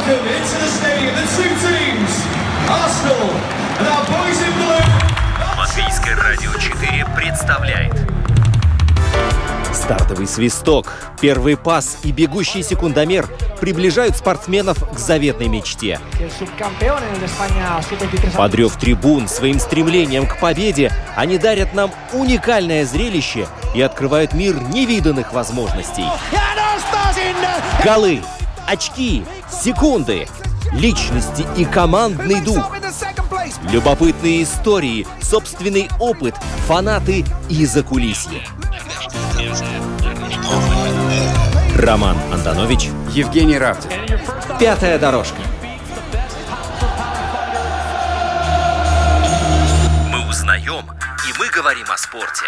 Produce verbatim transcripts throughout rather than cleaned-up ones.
welcome into the stadium the two teams, Arsenal and our boys in blue. Латвийское радио четыре представляет стартовый свисток, первый пас и бегущий секундомер приближают спортсменов к заветной мечте. Под рев трибун своим стремлением к победе они дарят нам уникальное зрелище и открывают мир невиданных возможностей. Голы, очки, секунды, личности и командный дух. Любопытные истории, собственный опыт, фанаты и закулисье. Роман Антонович, Евгений Равдин. Пятая дорожка. мы узнаем, и мы говорим о спорте.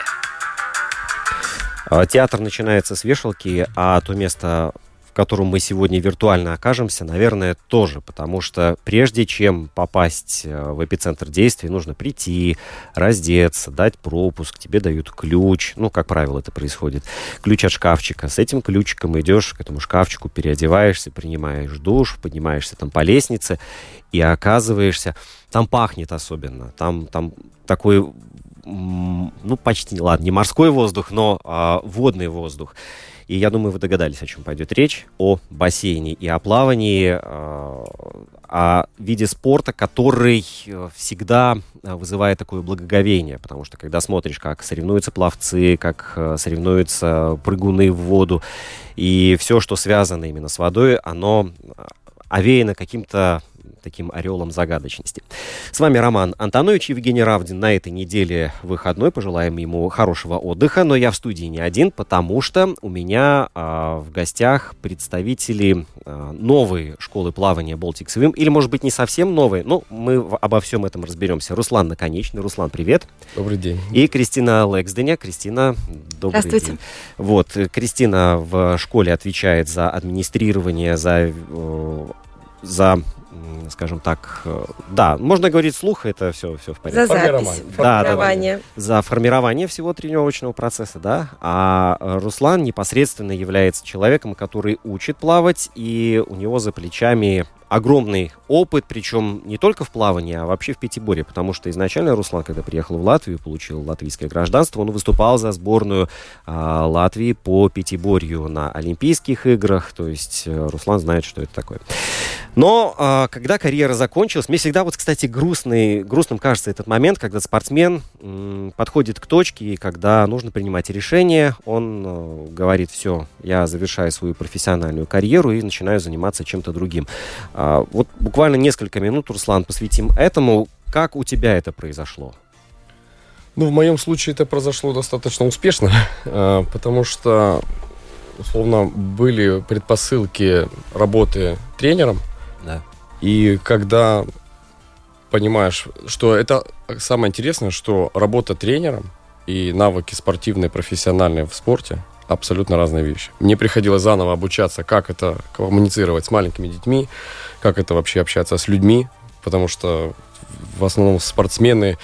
Театр начинается с вешалки, а то место, в котором мы сегодня виртуально окажемся, наверное, тоже, потому что прежде чем попасть в эпицентр действий, нужно прийти, раздеться, дать пропуск, тебе дают ключ, ну, как правило, это происходит, ключ от шкафчика. С этим ключиком идешь к этому шкафчику, переодеваешься, принимаешь душ, поднимаешься там по лестнице и оказываешься... Там пахнет особенно, там, там такой... ну, почти, ладно, не морской воздух, но а, водный воздух. И я думаю, вы догадались, о чем пойдет речь. О бассейне и о плавании, а, о виде спорта, который всегда вызывает такое благоговение. Потому что, когда смотришь, как соревнуются пловцы, как соревнуются прыгуны в воду, и все, что связано именно с водой, оно овеяно каким-то таким ореолом загадочности. С вами Роман Антонович, Евгений Равдин. На этой неделе выходной. Пожелаем ему хорошего отдыха. Но я в студии не один, потому что у меня а, в гостях представители а, новой школы плавания Baltic Swim. Или, может быть, не совсем новой. Но мы в, обо всем этом разберемся. Руслан Наконечный. Руслан, привет. Добрый день. И Кристина Лексденя. Кристина, добрый Здравствуйте. день. Вот, Кристина в школе отвечает за администрирование, за... за скажем так, да, можно говорить вслух, это все, все в порядке. За запись, да, формирование. Да, да, за формирование всего тренировочного процесса, да. А Руслан непосредственно является человеком, который учит плавать, и у него за плечами огромный опыт, причем не только в плавании, а вообще в пятиборье, потому что изначально Руслан, когда приехал в Латвию, получил латвийское гражданство, он выступал за сборную а, Латвии по пятиборью на Олимпийских играх, то есть Руслан знает, что это такое. Но а, когда карьера закончилась, мне всегда вот, кстати, грустный, грустным кажется этот момент, когда спортсмен м, подходит к точке, и когда нужно принимать решение, он а, говорит: все, я завершаю свою профессиональную карьеру и начинаю заниматься чем-то другим. А, вот буквально несколько минут, Руслан, посвятим этому. Как у тебя это произошло? Ну, в моем случае это произошло достаточно успешно, потому что, условно, были предпосылки работы тренером. Да. И когда понимаешь, что это самое интересное, что работа тренером и навыки спортивные, профессиональные в спорте абсолютно разные вещи. Мне приходилось заново обучаться, как это коммуницировать с маленькими детьми, как это вообще общаться с людьми, потому что в основном спортсмены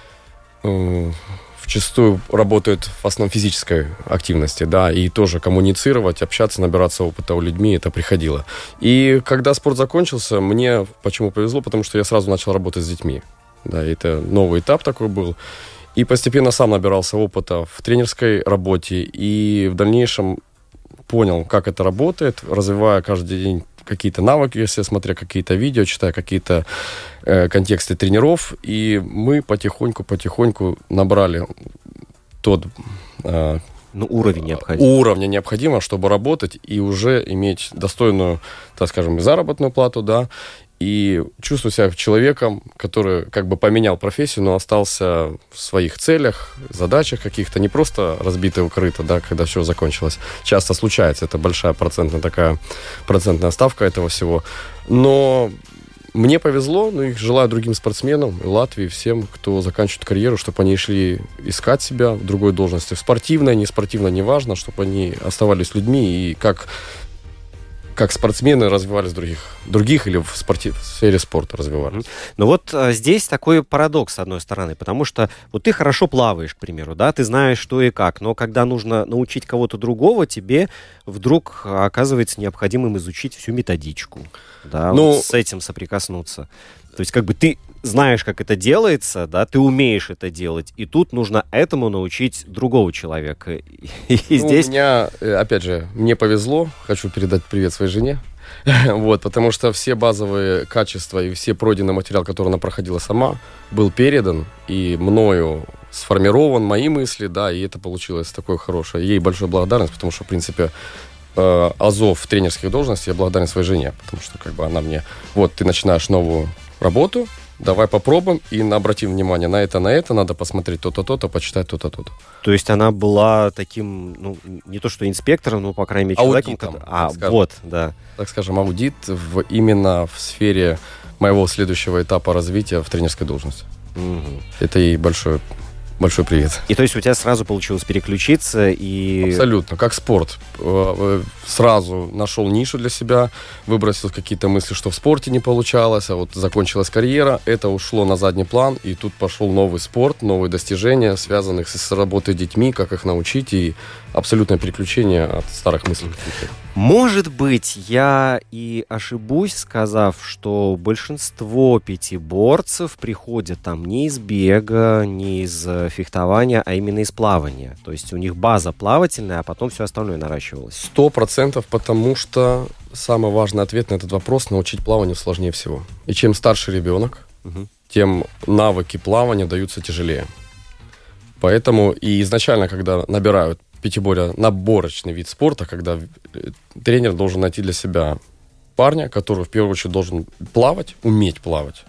э, вчастую работают в основном физической активности, да, и тоже коммуницировать, общаться, набираться опыта у людей, это приходило. И когда спорт закончился, мне почему повезло, потому что я сразу начал работать с детьми, да, это новый этап такой был. И постепенно сам набирался опыта в тренерской работе и в дальнейшем понял, как это работает, развивая каждый день какие-то навыки, если смотря какие-то видео, читая какие-то э, контексты тренеров. И мы потихоньку-потихоньку набрали тот... Э, ну, уровень необходимый. Уровня необходимого, чтобы работать и уже иметь достойную, так скажем, заработную плату, да, и чувствую себя человеком, который как бы поменял профессию, но остался в своих целях, задачах каких-то, не просто разбитое укрыто, да, когда все закончилось. Часто случается, это большая процентная такая процентная ставка этого всего. Но мне повезло, ну и желаю другим спортсменам, и Латвии, всем, кто заканчивает карьеру, чтобы они шли искать себя в другой должности. В спортивной, не спортивной, неважно, чтобы они оставались людьми и как... как спортсмены развивались в других, других или в, спорти, в сфере спорта развивались. Ну вот а, здесь такой парадокс, с одной стороны, потому что вот ты хорошо плаваешь, к примеру, да, ты знаешь, что и как, но когда нужно научить кого-то другого, тебе вдруг оказывается необходимым изучить всю методичку, да, ну, вот с этим соприкоснуться. То есть как бы ты знаешь, как это делается, да, ты умеешь это делать, и тут нужно этому научить другого человека. И, и ну, здесь... У меня, опять же, мне повезло, хочу передать привет своей жене, вот, потому что все базовые качества и все пройденный материал, который она проходила сама, был передан и мною сформирован, мои мысли, да, и это получилось такое хорошее. Ей большая благодарность, потому что, в принципе, э, азов тренерских должностей я благодарен своей жене, потому что, как бы, она мне, вот, ты начинаешь новую работу, давай попробуем и обратим внимание на это, на это, надо посмотреть то-то, то-то, почитать то-то, то-то. То есть она была таким, ну, не то что инспектором, но, по крайней мере, человеком... Аудитом, который... А, скажем. вот, да. Так скажем, аудит в, именно в сфере моего следующего этапа развития в тренерской должности. Угу. Это ей большой, большой привет. И то есть у тебя сразу получилось переключиться и... Абсолютно, как спорт. Сразу нашел нишу для себя, выбросил какие-то мысли, что в спорте не получалось, а вот закончилась карьера, это ушло на задний план, и тут пошел новый спорт, новые достижения, связанных с работой с детьми, как их научить, и абсолютное переключение от старых мыслей. Может быть, я и ошибусь, сказав, что большинство пятиборцев приходят там не из бега, не из фехтования, а именно из плавания. То есть у них база плавательная, а потом все остальное наращивалось. Сто процентов, потому что самый важный ответ на этот вопрос — научить плаванию сложнее всего. И чем старше ребенок, угу. тем навыки плавания даются тяжелее. Поэтому и изначально, когда набирают пятиборье, наборочный вид спорта, когда тренер должен найти для себя парня, который в первую очередь должен плавать, уметь плавать.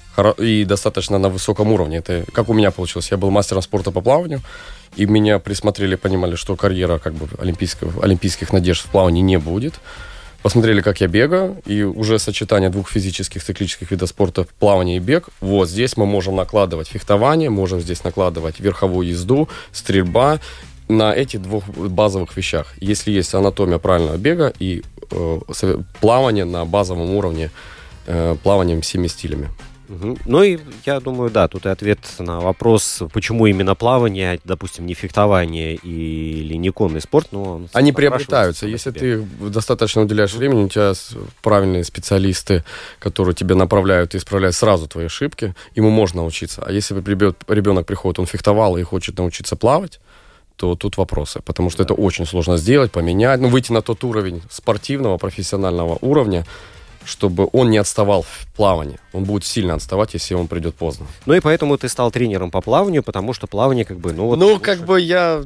И достаточно на высоком уровне. Это как у меня получилось. Я был мастером спорта по плаванию, и меня присмотрели, понимали, что карьера как бы олимпийских, олимпийских надежд в плавании не будет. Посмотрели, как я бегаю, и уже сочетание двух физических циклических видов спорта, плавание и бег. Вот здесь мы можем накладывать фехтование, можем здесь накладывать верховую езду, стрельба. На этих двух базовых вещах. Если есть анатомия правильного бега и э, плавание на базовом уровне, э, плаванием всеми стилями. Угу. Ну и я думаю, да, тут и ответ на вопрос, почему именно плавание, допустим, не фехтование или не конный спорт, но... Они приобретаются. Если ты достаточно уделяешь времени, у тебя правильные специалисты, которые тебе направляют и исправляют сразу твои ошибки, ему можно научиться. А если ребенок приходит, он фехтовал и хочет научиться плавать, то тут вопросы, потому что да. это очень сложно сделать, поменять, ну, выйти на тот уровень спортивного, профессионального уровня, чтобы он не отставал в плавании. Он будет сильно отставать, если он придет поздно. Ну и поэтому ты стал тренером по плаванию, потому что плавание как бы... Ну, вот ну лучше. Как бы я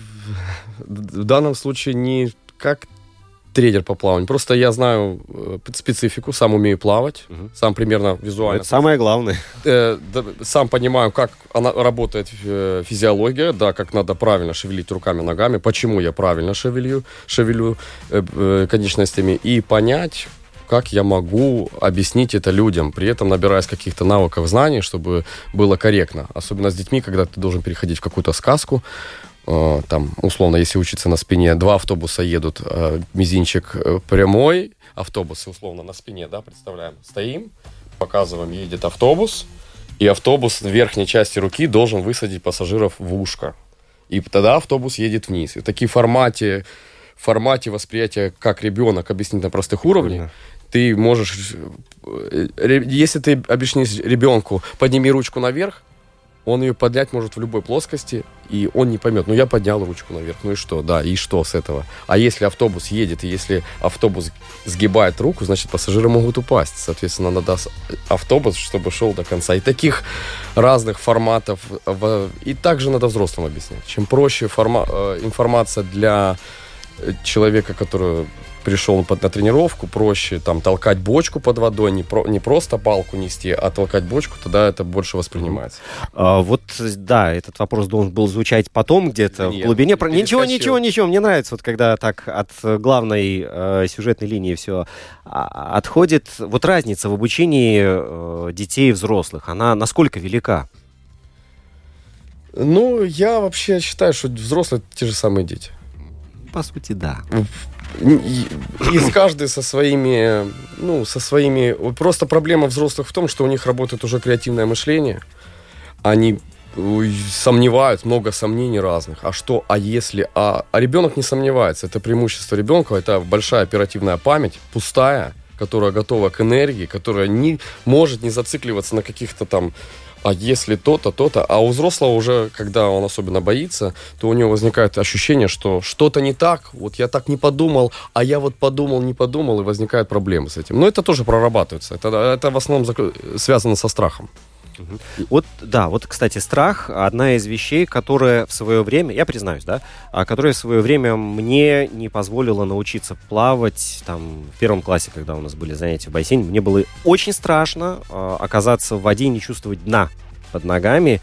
в данном случае не как тренер по плаванию, просто я знаю специфику, сам умею плавать, угу. сам примерно визуально. Это самое главное. Э, да, сам понимаю, как она работает э, физиология, да, как надо правильно шевелить руками, ногами, почему я правильно шевелю, шевелю э, э, конечностями, и понять, как я могу объяснить это людям, при этом набираясь каких-то навыков, знаний, чтобы было корректно. Особенно с детьми, когда ты должен переходить в какую-то сказку. Там, условно, если учиться на спине, два автобуса едут, мизинчик прямой, автобусы, условно, на спине, да, представляем, стоим, показываем, едет автобус, и автобус в верхней части руки должен высадить пассажиров в ушко. И тогда автобус едет вниз. И в таком формате, формате восприятия, как ребенок объяснить на простых уровнях, ты можешь, если ты объяснишь ребенку, подними ручку наверх, он ее поднять может в любой плоскости, и он не поймет. Ну, я поднял ручку наверх, ну и что? Да, и что с этого? А если автобус едет, и если автобус сгибает руку, значит, пассажиры могут упасть. Соответственно, надо автобус, чтобы шел до конца. И таких разных форматов. И также надо взрослым объяснять. Чем проще форма... информация для человека, который пришел под, на тренировку, проще там толкать бочку под водой, не, про, не просто палку нести, а толкать бочку, тогда это больше воспринимается. А, вот, да, этот вопрос должен был звучать потом где-то Нет, в глубине. Про... Ничего, ничего, ничего, мне нравится, вот когда так от главной э, сюжетной линии все а, отходит. Вот разница в обучении э, детей и взрослых, она насколько велика? Ну, я вообще считаю, что взрослые — те же самые дети. По сути, да. И, и каждый со своими, ну, со своими... Просто проблема взрослых в том, что у них работает уже креативное мышление. Они сомневаются, много сомнений разных. А что, а если... А, а ребенок не сомневается. Это преимущество ребенка, это большая оперативная память, пустая, которая готова к энергии, которая не может не зацикливаться на каких-то там... А если то-то, то-то. А у взрослого уже, когда он особенно боится, то у него возникает ощущение, что что-то не так, вот я так не подумал, а я вот подумал, не подумал, и возникают проблемы с этим. Но это тоже прорабатывается. Это, это в основном связано со страхом. Вот, да, вот, кстати, страх — одна из вещей, которая в свое время, я признаюсь, да, которая в свое время мне не позволила научиться плавать, там, в первом классе, когда у нас были занятия в бассейне, мне было очень страшно э, оказаться в воде и не чувствовать дна под ногами,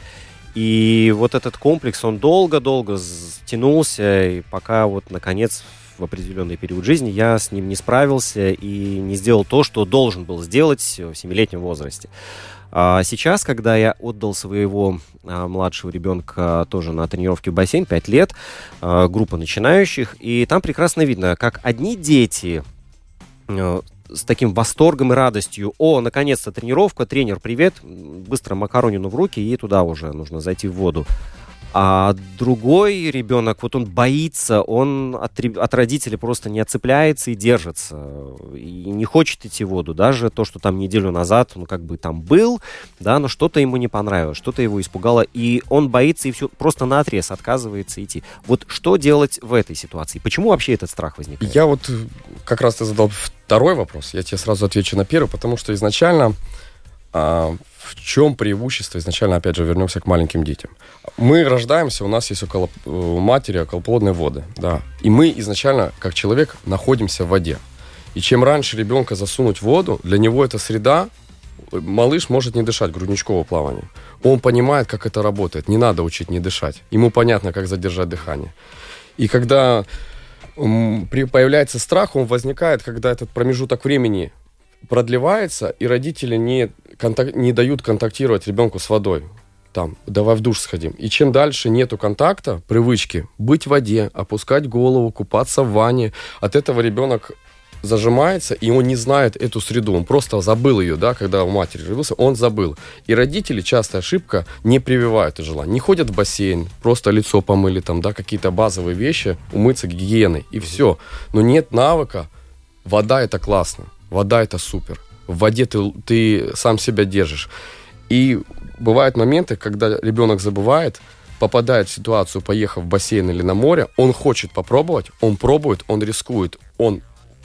и вот этот комплекс, он долго-долго тянулся, и пока вот, наконец, в определенный период жизни я с ним не справился и не сделал то, что должен был сделать в семилетнем возрасте. А сейчас, когда я отдал своего а, младшего ребенка тоже на тренировки в бассейн, пять лет, а, группа начинающих, и там прекрасно видно, как одни дети а, с таким восторгом и радостью: о, наконец-то тренировка, тренер, привет, быстро макаронину в руки, и туда уже нужно зайти в воду. А другой ребенок, вот он боится, он от, от родителей просто не отцепляется и держится, и не хочет идти в воду. Даже то, что там неделю назад он как бы там был, да, но что-то ему не понравилось, что-то его испугало, и он боится и все, просто наотрез отказывается идти. Вот что делать в этой ситуации? Почему вообще этот страх возникает? Я вот как раз ты задал второй вопрос, я тебе сразу отвечу на первый, потому что изначально... А, в чем преимущество? Изначально, опять же, вернемся к маленьким детям. Мы рождаемся, у нас есть около у матери околоплодные воды, да. И мы изначально, как человек, находимся в воде. И чем раньше ребенка засунуть в воду, для него это среда, малыш может не дышать, грудничковое плавание. Он понимает, как это работает. Не надо учить не дышать. Ему понятно, как задержать дыхание. И когда м, появляется страх, он возникает, когда этот промежуток времени продлевается, и родители не, контак- не дают контактировать ребенку с водой. Там, давай в душ сходим. И чем дальше нету контакта, привычки быть в воде, опускать голову, купаться в ванне, от этого ребенок зажимается, и он не знает эту среду. Он просто забыл ее, да, когда у матери родился, он забыл. И родители, частая ошибка, не прививают это желание. Не ходят в бассейн, просто лицо помыли, там, да, какие-то базовые вещи, умыться гигиеной, и все. Но нет навыка. Вода — это классно. Вода — это супер. В воде ты, ты сам себя держишь. И бывают моменты, когда ребенок забывает, попадает в ситуацию, поехав в бассейн или на море, он хочет попробовать, он пробует, он рискует, он,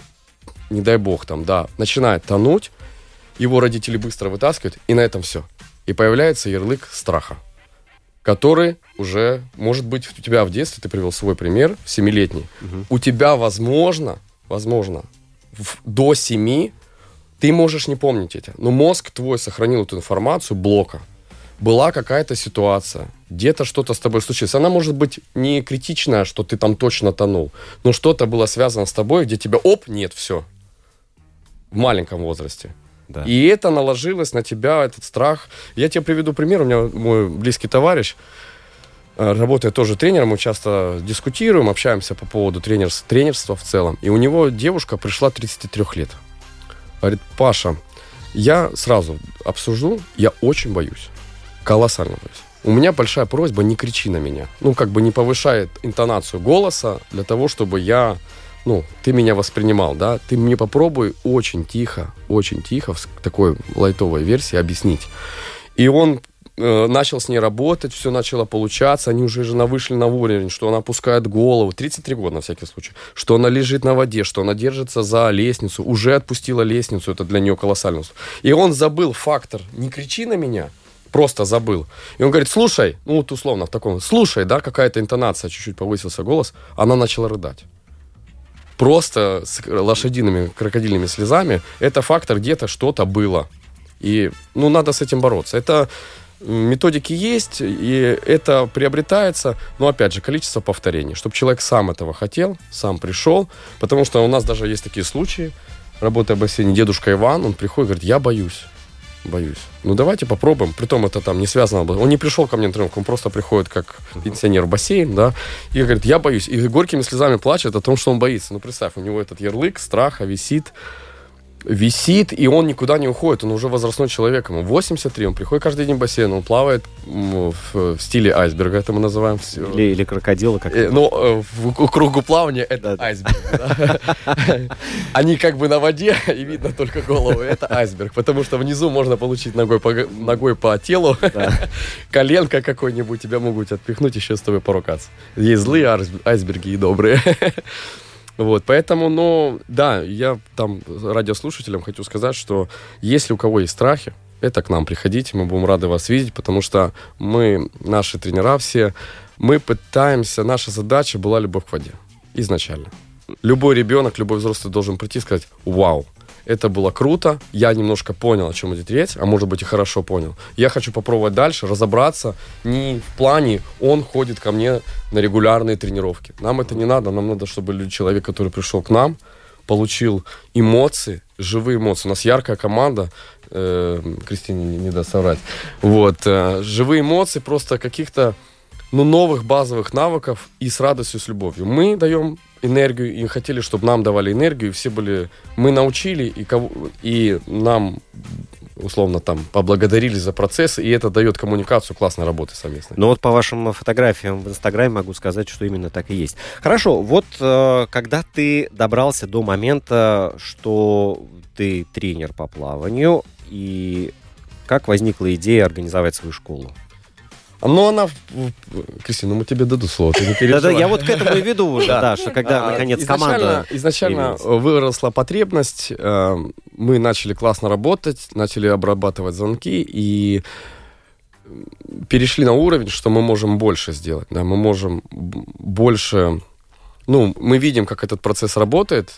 не дай бог, там, да, начинает тонуть, его родители быстро вытаскивают, и на этом все. И появляется ярлык страха, который уже, может быть, у тебя в детстве, ты привел свой пример, семилетний, угу. У тебя, возможно, возможно, В, до семи ты можешь не помнить это, но мозг твой сохранил эту информацию блока. Была какая-то ситуация, где-то что-то с тобой случилось. Она может быть не критичная, что ты там точно тонул, но что-то было связано с тобой, где тебя, оп, нет, все. В маленьком возрасте. Да. И это наложилось на тебя, этот страх. Я тебе приведу пример. У меня мой близкий товарищ, работает тоже тренером, мы часто дискутируем, общаемся по поводу тренерс- тренерства в целом. И у него девушка пришла тридцати трёх лет. Говорит: Паша, я сразу обсужу, я очень боюсь. Колоссально боюсь. У меня большая просьба, не кричи на меня. Ну, как бы не повышай интонацию голоса для того, чтобы я, ну, ты меня воспринимал, да. Ты мне попробуй очень тихо, очень тихо, в такой лайтовой версии объяснить. И он начал с ней работать, все начало получаться, они уже жена вышли на уровень, что она опускает голову, тридцать три года на всякий случай, что она лежит на воде, что она держится за лестницу, уже отпустила лестницу, это для нее колоссально. И он забыл фактор «не кричи на меня», просто забыл. И он говорит: слушай, ну вот условно в таком, слушай, да, какая-то интонация, чуть-чуть повысился голос, она начала рыдать. Просто с лошадиными, крокодильными слезами, это фактор, где-то что-то было. И, ну, надо с этим бороться. Это методики есть, и это приобретается, но, опять же, количество повторений, чтобы человек сам этого хотел, сам пришел, потому что у нас даже есть такие случаи, работая в бассейне, дедушка Иван, он приходит и говорит: я боюсь. боюсь. Ну, давайте попробуем. Притом это там не связано. Он не пришел ко мне на тренировку, он просто приходит как пенсионер в бассейн, да, и говорит, я боюсь. И горькими слезами плачет о том, что он боится. Ну, представь, у него этот ярлык страха висит, висит, и он никуда не уходит. Он уже возрастной человек, ему восемьдесят три, он приходит каждый день в бассейн, он плавает в, в стиле айсберга, это мы называем. Или, или крокодила. Как э, ну, в, в кругу плавания это да, айсберг. Да. Они как бы на воде, и видно только голову, это айсберг, потому что внизу можно получить ногой по, ногой по телу, да. Коленка какой-нибудь, тебя могут отпихнуть, еще с тобой поругаться. Есть злые айсберги и добрые. Вот, поэтому, ну, да, я там радиослушателям хочу сказать, что если у кого есть страхи, это к нам приходите, мы будем рады вас видеть, потому что мы, наши тренера все, мы пытаемся, наша задача была любовь к воде изначально. Любой ребенок, любой взрослый должен прийти и сказать, вау, это было круто, я немножко понял, о чем идет речь, а может быть и хорошо понял. Я хочу попробовать дальше, разобраться, не в плане, он ходит ко мне на регулярные тренировки. Нам это не надо, нам надо, чтобы человек, который пришел к нам, получил эмоции, живые эмоции. У нас яркая команда, э, Кристине не, не даст соврать, вот, э, живые эмоции, просто каких-то, ну, новых базовых навыков и с радостью, с любовью. Мы даем энергию, и хотели, чтобы нам давали энергию, и все были... Мы научили, и, кого, и нам, условно, там, поблагодарили за процесс, и это дает коммуникацию классной работы совместной. Ну вот по вашим фотографиям в Инстаграме могу сказать, что именно так и есть. Хорошо, вот э, когда ты добрался до момента, что ты тренер по плаванию, и как возникла идея организовать свою школу? Ну, она... Кристина, ну мы тебе дадут слово, ты не переживай. Да-да, я вот к этому и веду уже, да, что когда, наконец, команда... Изначально выросла потребность, мы начали классно работать, начали обрабатывать звонки и перешли на уровень, что мы можем больше сделать, да, мы можем больше... Ну, мы видим, как этот процесс работает,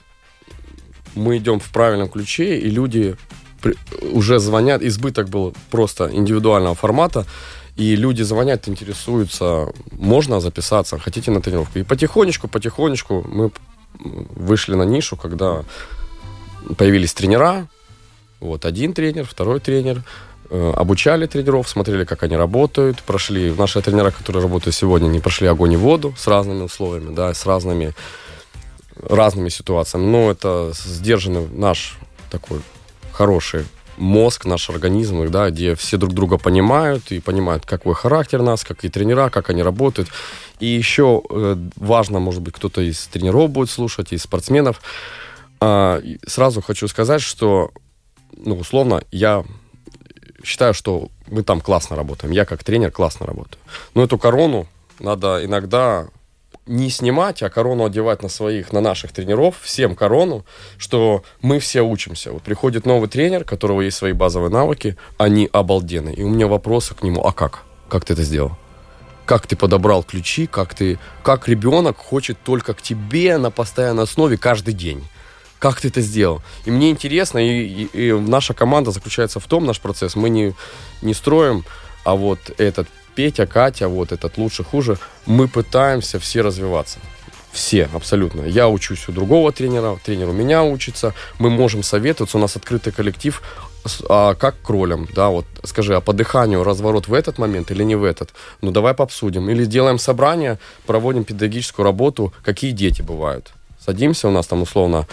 мы идем в правильном ключе, и люди уже звонят, избыток был просто индивидуального формата, и люди звонят, интересуются, можно записаться, хотите на тренировку. И потихонечку, потихонечку мы вышли на нишу, когда появились тренера. Вот один тренер, второй тренер. Э, обучали тренеров, смотрели, как они работают. Прошли, наши тренера, которые работают сегодня, не прошли огонь и воду с разными условиями, да, с разными, разными ситуациями. Но это сдержанный наш такой хороший мозг, наш организм, да, где все друг друга понимают и понимают, какой характер нас, какие тренера, как они работают. И еще э, важно, может быть, кто-то из тренеров будет слушать, из спортсменов. Э, сразу хочу сказать, что, ну, условно, я считаю, что мы там классно работаем. Я как тренер классно работаю. Но эту корону надо иногда не снимать, а корону одевать на своих, на наших тренеров, всем корону, что мы все учимся. Вот приходит новый тренер, у которого есть свои базовые навыки, они обалденные. И у меня вопросы к нему, а как? Как ты это сделал? Как ты подобрал ключи? Как ты, как ребенок хочет только к тебе на постоянной основе каждый день? Как ты это сделал? И мне интересно, и, и, и наша команда заключается в том, наш процесс, мы не, не строим, а вот этот Петя, Катя, вот этот лучше, хуже, мы пытаемся все развиваться. Все, абсолютно. Я учусь у другого тренера, тренер у меня учится, мы можем советоваться, у нас открытый коллектив, а как к ролям, да, вот скажи, а по дыханию разворот в этот момент или не в этот? Ну, давай пообсудим. Или делаем собрание, проводим педагогическую работу, какие дети бывают. Садимся, у нас там условно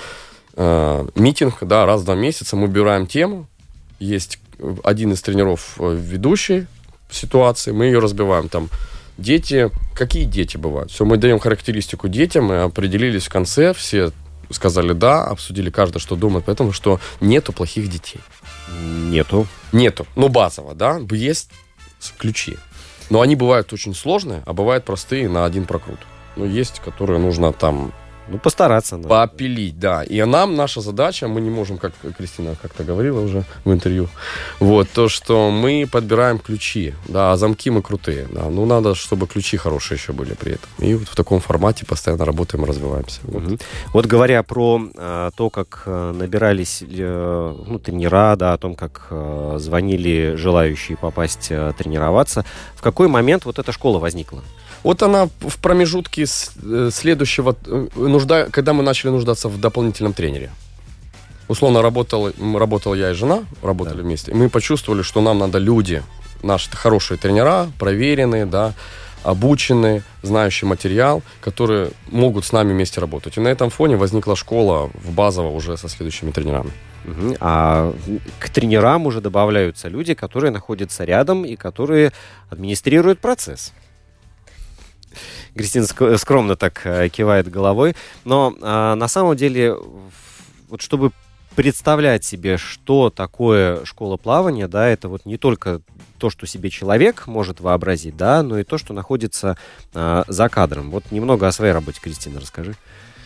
э, митинг, да, раз в два месяца, мы выбираем тему, есть один из тренеров ведущий ситуации, мы ее разбиваем. Там дети, какие дети бывают? Все, мы даем характеристику детям, мы определились в конце, все сказали да, обсудили каждый, что думает, поэтому что нету плохих детей. Нету. Нету. Ну, базово, да, есть ключи. Но они бывают очень сложные, а бывают простые на один прокрут. Ну, есть, которые нужно там... Ну, постараться. Да. Попилить, да. И нам наша задача, мы не можем, как Кристина как-то говорила уже в интервью, вот, то, что мы подбираем ключи, да, а замки мы крутые, да. Ну, надо, чтобы ключи хорошие еще были при этом. И вот в таком формате постоянно работаем, развиваемся. Вот, угу. Вот говоря про а, то, как а, набирались а, ну, тренера, да, о том, как а, звонили желающие попасть а, тренироваться, в какой момент вот эта школа возникла? Вот она в промежутке следующего, нужда, когда мы начали нуждаться в дополнительном тренере. условно работал, работал я и жена, работали да. вместе, и мы почувствовали, что нам надо люди, наши хорошие тренера, проверенные, да, обученные, знающие материал, которые могут с нами вместе работать. И на этом фоне возникла школа в Базово уже со следующими тренерами. Угу. А к тренерам уже добавляются люди, которые находятся рядом и которые администрируют процесс. Кристина скромно так кивает головой. Но а, на самом деле, вот чтобы представлять себе, что такое школа плавания, да, это вот не только то, что себе человек может вообразить, да, но и то, что находится а, за кадром. Вот немного о своей работе, Кристина, расскажи.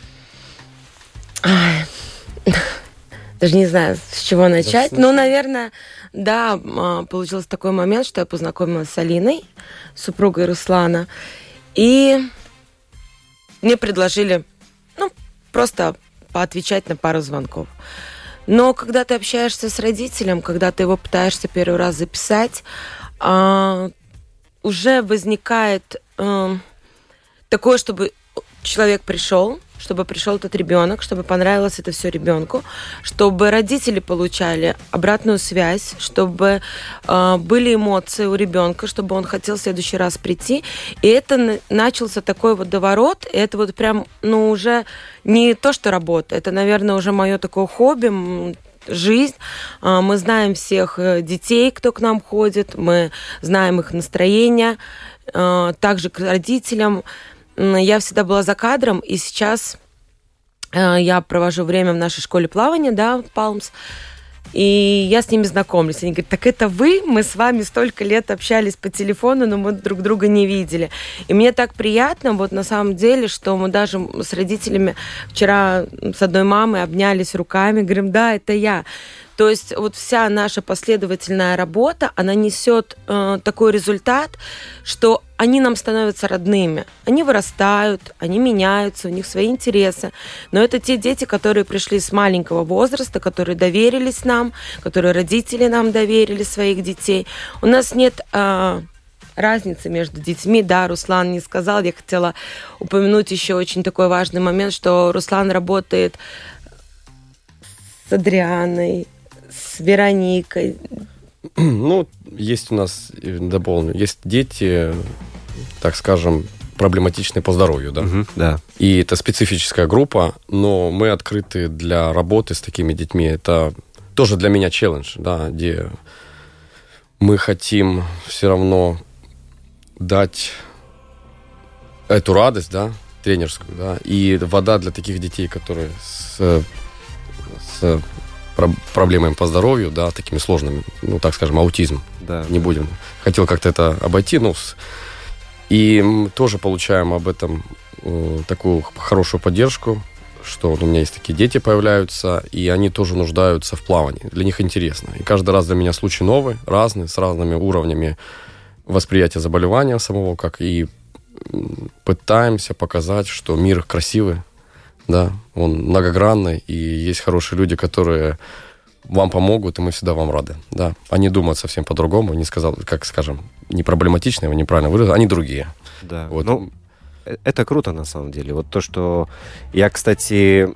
Даже не знаю, с чего начать. Да, ну, наверное, да, получился такой момент, что я познакомилась с Алиной, супругой Руслана, и мне предложили, ну, просто поотвечать на пару звонков. Но когда ты общаешься с родителем, когда ты его пытаешься первый раз записать, а, уже возникает а, такое, чтобы человек пришел, чтобы пришел этот ребенок, чтобы понравилось это все ребенку, чтобы родители получали обратную связь, чтобы э, были эмоции у ребенка, чтобы он хотел в следующий раз прийти. И это на- начался такой вот доворот. И это вот прям, ну, уже не то, что работа. Это, наверное, уже мое такое хобби, жизнь. Э, мы знаем всех детей, кто к нам ходит. Мы знаем их настроение. Э, также к родителям. Я всегда была за кадром, и сейчас э, я провожу время в нашей школе плавания, да, Палмс, и я с ними знакомлюсь. Они говорят, так это вы? Мы с вами столько лет общались по телефону, но мы друг друга не видели. И мне так приятно, вот на самом деле, что мы даже с родителями вчера с одной мамой обнялись руками, говорим, да, это я. То есть вот вся наша последовательная работа, она несет э, такой результат, что они нам становятся родными. Они вырастают, они меняются, у них свои интересы. Но это те дети, которые пришли с маленького возраста, которые доверились нам, которые родители нам доверили своих детей. У нас нет э, разницы между детьми. Да, Руслан не сказал. Я хотела упомянуть еще очень такой важный момент, что Руслан работает с Адрианой, с Вероникой. Ну, есть у нас, дополню, есть дети, так скажем, проблематичные по здоровью, да? Угу, да. И это специфическая группа, но мы открыты для работы с такими детьми. Это тоже для меня челлендж, да, где мы хотим все равно дать эту радость, да, тренерскую, да, и вода для таких детей, которые с, с проблемами по здоровью, да, такими сложными, ну, так скажем, аутизм. Да. Не будем. Хотел как-то это обойти, ну, и мы тоже получаем об этом э, такую хорошую поддержку, что у меня есть такие дети появляются, и они тоже нуждаются в плавании. Для них интересно. И каждый раз для меня случай новый, разный, с разными уровнями восприятия заболевания самого, как и пытаемся показать, что мир красивый, да, он многогранный, и есть хорошие люди, которые вам помогут, и мы всегда вам рады, да. Они думают совсем по-другому, не сказал, как, скажем, не проблематичные, неправильно выразил, они другие. Да, вот. Ну, это круто, на самом деле. Вот то, что я, кстати,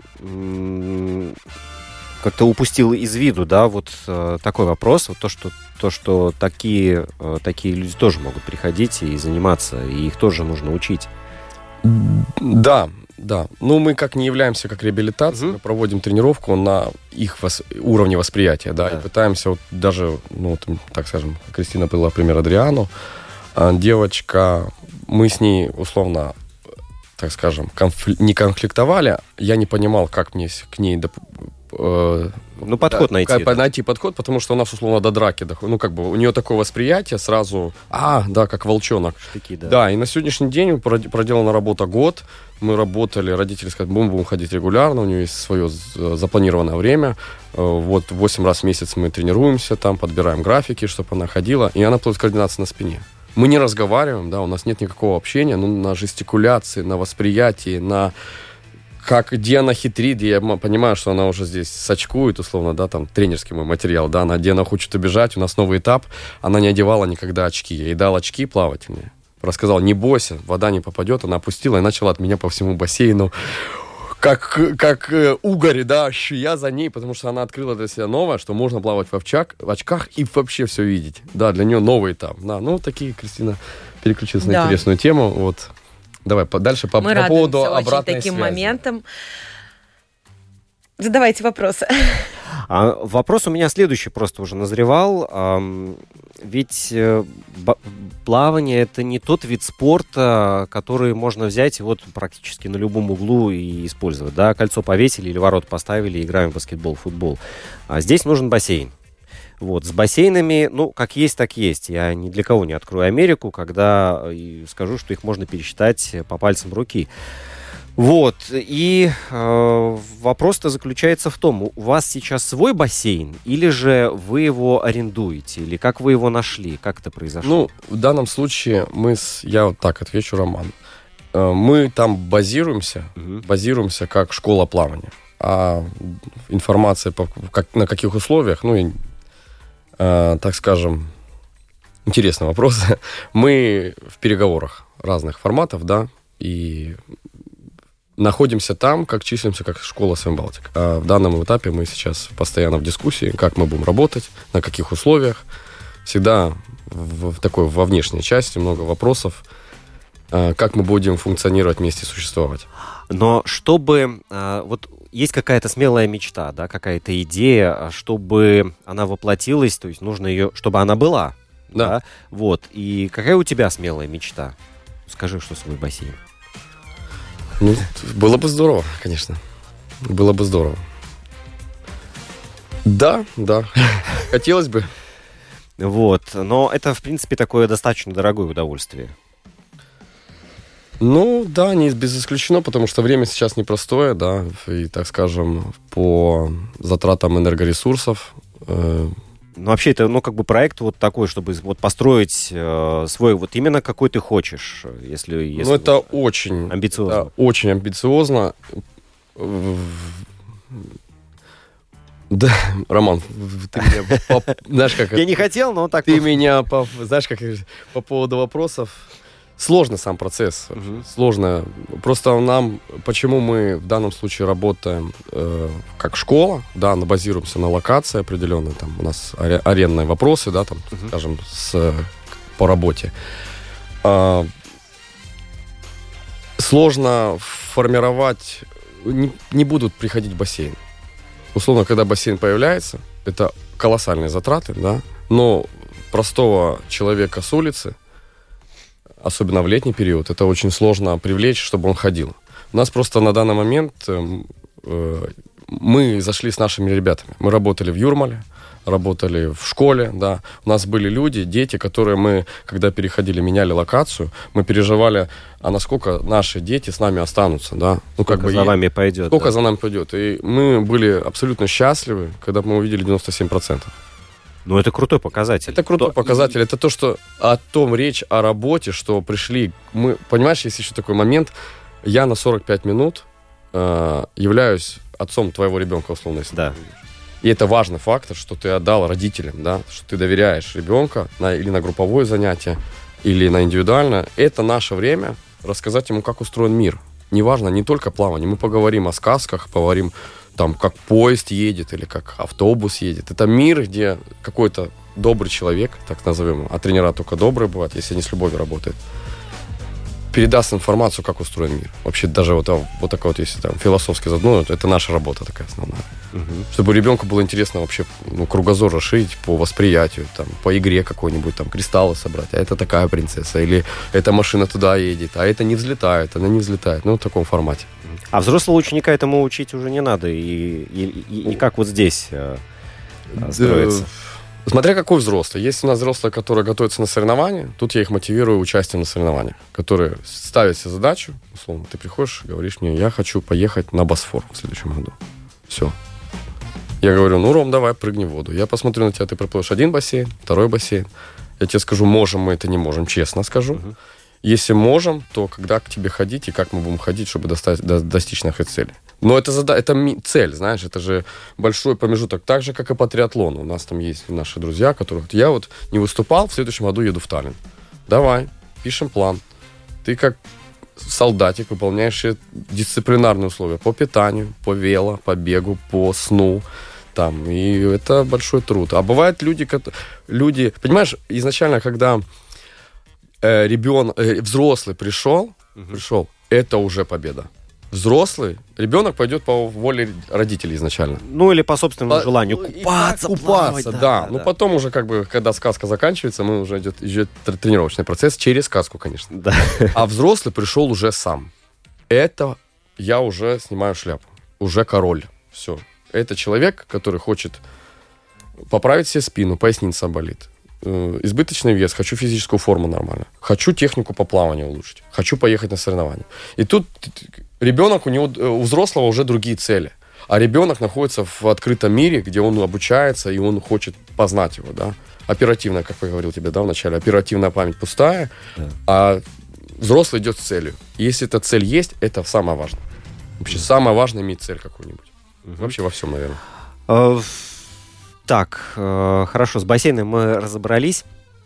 как-то упустил из виду, да, вот такой вопрос, вот то, что, то, что такие, такие люди тоже могут приходить и заниматься, и их тоже нужно учить. Да, да. Ну, мы как не являемся как реабилитацией, угу. мы проводим тренировку на их вос... уровне восприятия, да, да, и пытаемся вот даже, ну, вот, так скажем, Кристина была пример Адриану, девочка, мы с ней условно, так скажем, конфли... не конфликтовали, я не понимал, как мне к ней доп... Ну, подход да, найти. Да. Найти подход, потому что у нас, условно, до драки доходит. Ну, как бы, у нее такое восприятие сразу, а, да, как волчонок. Штыки, да. Да, и на сегодняшний день проделана работа год. Мы работали, родители сказали, будем, будем ходить регулярно, у нее есть свое запланированное время. Вот восемь раз в месяц мы тренируемся, там подбираем графики, чтобы она ходила, и она плывет координация на спине. Мы не разговариваем, да, у нас нет никакого общения, но на жестикуляции, на восприятии, на... Как, где она хитрит, я понимаю, что она уже здесь сачкует, условно, да, там, тренерский мой материал, да, она, где она хочет убежать, у нас новый этап, она не одевала никогда очки, я ей дал очки плавательные, рассказал, не бойся, вода не попадет, она опустила и начала от меня по всему бассейну как, как э, угорь, да, я за ней, потому что она открыла для себя новое, что можно плавать в, овчак, в очках и вообще все видеть. Да, для нее новый этап. Да, ну, такие, Кристина переключилась да. на интересную тему. Вот. Давай по, дальше по, Мы по поводу очень обратной таким связи. моментом. Задавайте вопросы. А вопрос у меня следующий просто уже назревал. А, ведь э, б- плавание — это не тот вид спорта, который можно взять и вот практически на любом углу и использовать. Да? Кольцо повесили или ворот поставили, играем в баскетбол, футбол. А здесь нужен бассейн. Вот, с бассейнами, ну, как есть, так есть. Я ни для кого не открою Америку, когда и скажу, что их можно пересчитать по пальцам руки. Вот, и э, вопрос-то заключается в том, у вас сейчас свой бассейн, или же вы его арендуете, или как вы его нашли, как это произошло? Ну, в данном случае мы, с, я вот так отвечу, Роман, э, мы там базируемся, угу. базируемся как школа плавания, а информация по, как, на каких условиях, ну, и, э, так скажем, интересный вопрос, мы в переговорах разных форматов, да, и находимся там, как числимся, как школа Свимбалтик. А в данном этапе мы сейчас постоянно в дискуссии, как мы будем работать, на каких условиях. Всегда в, в такой во внешней части много вопросов, а, как мы будем функционировать вместе, существовать. Но чтобы... А, вот есть какая-то смелая мечта, да, какая-то идея, чтобы она воплотилась, то есть нужно ее... Чтобы она была. Да. Да? Вот. И какая у тебя смелая мечта? Скажи, что свой бассейн. Ну, было бы здорово, конечно. Было бы здорово. Да, да. Хотелось бы. Вот. Но это, в принципе, такое достаточно дорогое удовольствие. Ну, да, не без исключено, потому что время сейчас непростое, да, и, так скажем, по затратам энергоресурсов. Э- Ну, вообще, это, ну, как бы проект вот такой, чтобы вот построить э, свой, вот именно какой ты хочешь, если... если ну, это вот, очень... амбициозно. Да, очень амбициозно. Да, Роман, ты меня... По, знаешь, как... Я не хотел, но так... Ты меня, по, знаешь, как по поводу вопросов... Сложный сам процесс, Uh-huh. сложно. Просто нам, почему мы в данном случае работаем э, как школа, да, мы базируемся на локации определенной, там у нас аре, арендные вопросы, да, там, uh-huh. скажем, с, по работе. Э, сложно формировать, не, не будут приходить в бассейн. Условно, когда бассейн появляется, это колоссальные затраты, да, но простого человека с улицы, особенно в летний период, это очень сложно привлечь, чтобы он ходил. У нас просто на данный момент э, мы зашли с нашими ребятами. Мы работали в Юрмале, работали в школе, да. У нас были люди, дети, которые мы, когда переходили, меняли локацию, мы переживали, а насколько наши дети с нами останутся, да. Ну, сколько как бы, за вами пойдет. Сколько да. за нами пойдет. И мы были абсолютно счастливы, когда мы увидели девяносто семь процентов. Ну, это крутой показатель. Это крутой то... показатель. Это то, что о том речь, о работе, что пришли. Мы, понимаешь, есть еще такой момент. Я на сорок пять минут э, являюсь отцом твоего ребенка, условно, если да. И это важный фактор, что ты отдал родителям, да, что ты доверяешь ребенка на, или на групповое занятие, или на индивидуальное. Это наше время рассказать ему, как устроен мир. Неважно, не только плавание. Мы поговорим о сказках, поговорим там, как поезд едет или как автобус едет. Это мир, где какой-то добрый человек, так назовем, а тренера только добрые бывают, если они с любовью работают, передаст информацию, как устроен мир. Вообще даже вот, вот такая вот, если там философски задумать, это наша работа такая основная. Угу. Чтобы ребенку было интересно вообще ну, кругозор расширить по восприятию, там, по игре какой-нибудь, там, кристаллы собрать, а это такая принцесса, или эта машина туда едет, а это не взлетает, она не взлетает. Ну, в таком формате. А взрослого ученика этому учить уже не надо, и, и, и, и как вот здесь э, строится? Смотря какой взрослый. Есть у нас взрослые, которые готовятся на соревнования. Тут я их мотивирую участием на соревнованиях, которые ставят себе задачу. Условно, ты приходишь, говоришь мне, я хочу поехать на Босфор в следующем году. Все. Я говорю, ну, Ром, давай, прыгни в воду. Я посмотрю на тебя, ты проплывешь один бассейн, второй бассейн. Я тебе скажу, можем мы это, не можем, честно скажу. Uh-huh. Если можем, то когда к тебе ходить и как мы будем ходить, чтобы достать, до, достичь нашей цели. Но это, зада- это ми- цель, знаешь, это же большой промежуток, так же, как и по триатлону. У нас там есть наши друзья, которые... Я вот не выступал, в следующем году еду в Таллин. Давай, пишем план. Ты как солдатик, выполняющий дисциплинарные условия по питанию, по вело, по бегу, по сну. Там, и это большой труд. А бывают люди, люди понимаешь, изначально, когда э, ребенок, э, взрослый пришел, угу. пришел, это уже победа. Взрослый, ребенок пойдет по воле родителей изначально. Ну, или по собственному по, желанию. Купаться, купаться, плавать, да. да, да. да Ну, да. потом уже, как бы, когда сказка заканчивается, мы уже идет, идет тренировочный процесс через сказку, конечно. Да. А взрослый пришел уже сам. Это я уже снимаю шляпу. Уже король. Все. Это человек, который хочет поправить себе спину, поясница болит. Избыточный вес, хочу физическую форму нормально. Хочу технику по плаванию улучшить. Хочу поехать на соревнования. И тут ребенок, у него, у взрослого уже другие цели. А ребенок находится в открытом мире, где он обучается, и он хочет познать его, да. Оперативно, как я говорил тебе, да, вначале, оперативная память пустая, да. А взрослый идет с целью. И если эта цель есть, это самое важное. Вообще, да. Самое важное иметь цель какую-нибудь. Угу. Вообще во всем, наверное. Uh, так, uh, хорошо, с бассейном мы разобрались.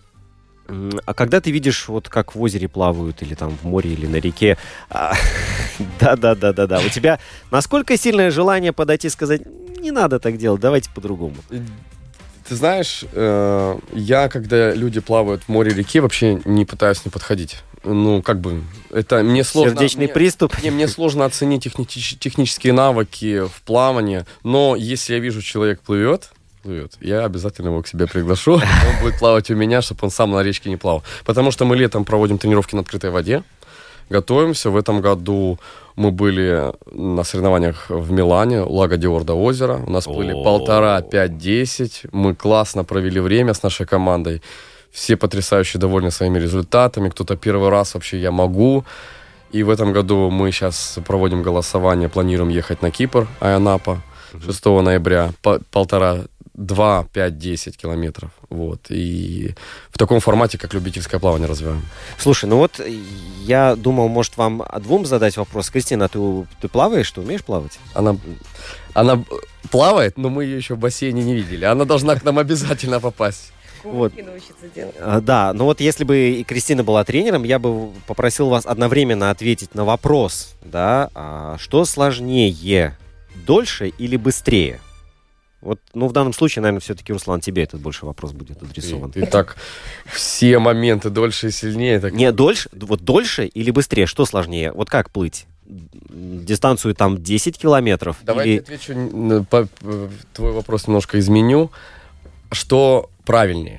А когда ты видишь, вот как в озере плавают, или там в море, или на реке, да-да-да-да-да, у тебя насколько сильное желание подойти и сказать, не надо так делать, давайте по-другому? Ты знаешь, э, я, когда люди плавают в море, реке, вообще не пытаюсь не подходить. Ну, как бы, это мне сложно... Сердечный мне, приступ? Не, мне сложно оценить техни- технические навыки в плавании, но если я вижу, человек плывет, плывет, я обязательно его к себе приглашу, он будет плавать у меня, чтобы он сам на речке не плавал. Потому что мы летом проводим тренировки на открытой воде, готовимся. В этом году мы были на соревнованиях в Милане, Лаго ди Ордо озеро. У нас были полтора, пять, десять. Мы классно провели время с нашей командой. Все потрясающе довольны своими результатами. Кто-то первый раз вообще я могу. И в этом году мы сейчас проводим голосование, планируем ехать на Кипр, Айанапа, шестого ноября. По, полтора, два, пять, десять километров. Вот. И в таком формате, как любительское плавание, развиваем. Слушай, ну вот я думал, может, вам двум задать вопрос. Кристина, ты, ты плаваешь? Ты умеешь плавать? Она, она плавает, но мы ее еще в бассейне не видели. Она должна к нам обязательно попасть. Вот. А, да, но вот если бы и Кристина была тренером, я бы попросил вас одновременно ответить на вопрос, да, а что сложнее, дольше или быстрее? Вот, ну, в данном случае, наверное, все-таки, Руслан, тебе этот больше вопрос будет адресован. Ты, ты так все моменты дольше и сильнее. Так... Не, дольше, вот дольше или быстрее, что сложнее? Вот как плыть? Дистанцию там десять километров? Давай или... я отвечу, по, твой вопрос немножко изменю. Что правильнее?